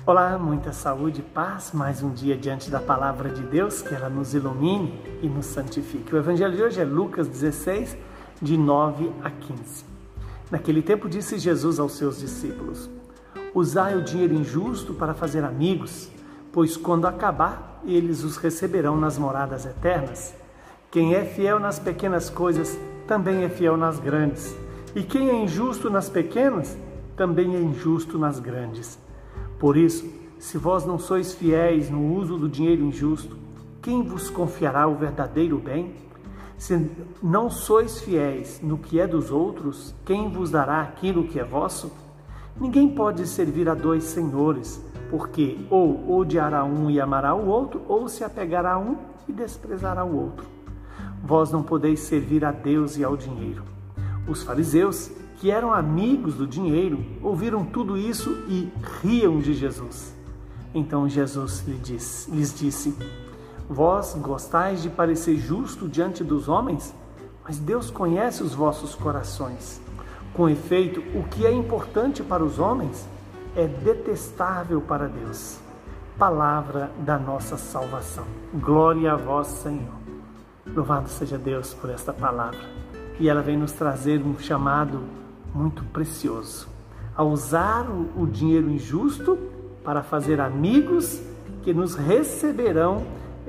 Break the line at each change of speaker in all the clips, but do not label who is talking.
Olá, muita saúde e paz, mais um dia diante da Palavra de Deus, que ela nos ilumine e nos santifique. O Evangelho de hoje é Lucas 16, de 9 a 15. Naquele tempo disse Jesus aos seus discípulos: usai o dinheiro injusto para fazer amigos, pois quando acabar, eles os receberão nas moradas eternas. Quem é fiel nas pequenas coisas, também é fiel nas grandes. E quem é injusto nas pequenas, também é injusto nas grandes. Por isso, se vós não sois fiéis no uso do dinheiro injusto, quem vos confiará o verdadeiro bem? Se não sois fiéis no que é dos outros, quem vos dará aquilo que é vosso? Ninguém pode servir a dois senhores, porque ou odiará um e amará o outro, ou se apegará a um e desprezará o outro. Vós não podeis servir a Deus e ao dinheiro. Os fariseus, que eram amigos do dinheiro, ouviram tudo isso e riam de Jesus. Então Jesus lhes disse: vós gostais de parecer justo diante dos homens, mas Deus conhece os vossos corações. Com efeito, o que é importante para os homens é detestável para Deus. Palavra da nossa salvação. Glória a vós, Senhor. Louvado seja Deus por esta palavra. E ela vem nos trazer um chamado muito precioso, a usar o dinheiro injusto para fazer amigos que nos receberão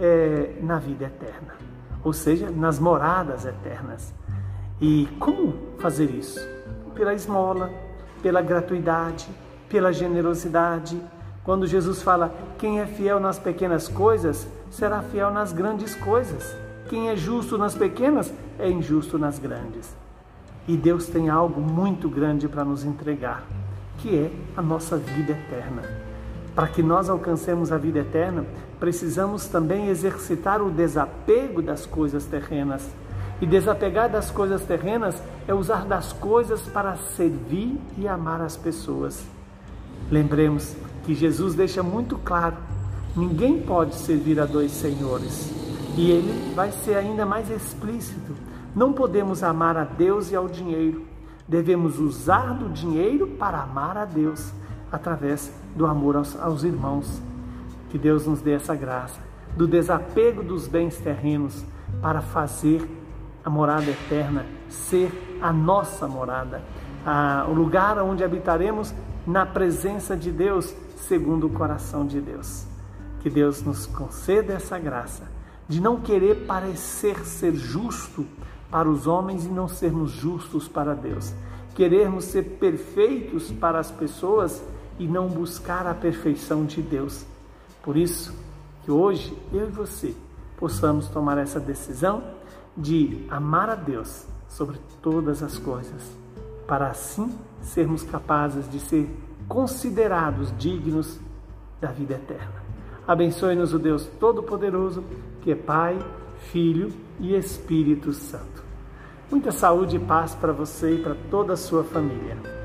na vida eterna, ou seja, nas moradas eternas. E como fazer isso? Pela esmola, pela gratuidade, pela generosidade. Quando Jesus fala, quem é fiel nas pequenas coisas, será fiel nas grandes coisas. Quem é justo nas pequenas, é injusto nas grandes. E Deus tem algo muito grande para nos entregar, que é a nossa vida eterna. Para que nós alcancemos a vida eterna, precisamos também exercitar o desapego das coisas terrenas. E desapegar das coisas terrenas é usar das coisas para servir e amar as pessoas. Lembremos que Jesus deixa muito claro, ninguém pode servir a dois senhores. E ele vai ser ainda mais explícito. Não podemos amar a Deus e ao dinheiro. Devemos usar do dinheiro para amar a Deus, através do amor aos irmãos. Que Deus nos dê essa graça, do desapego dos bens terrenos, para fazer a morada eterna ser a nossa morada, o lugar onde habitaremos na presença de Deus, segundo o coração de Deus. Que Deus nos conceda essa graça, de não querer parecer ser justo para os homens e não sermos justos para Deus. Querermos ser perfeitos para as pessoas e não buscar a perfeição de Deus. Por isso, que hoje eu e você possamos tomar essa decisão de amar a Deus sobre todas as coisas, para assim sermos capazes de ser considerados dignos da vida eterna. Abençoe-nos o Deus Todo-Poderoso, que é Pai, Filho e Espírito Santo. Muita saúde e paz para você e para toda a sua família.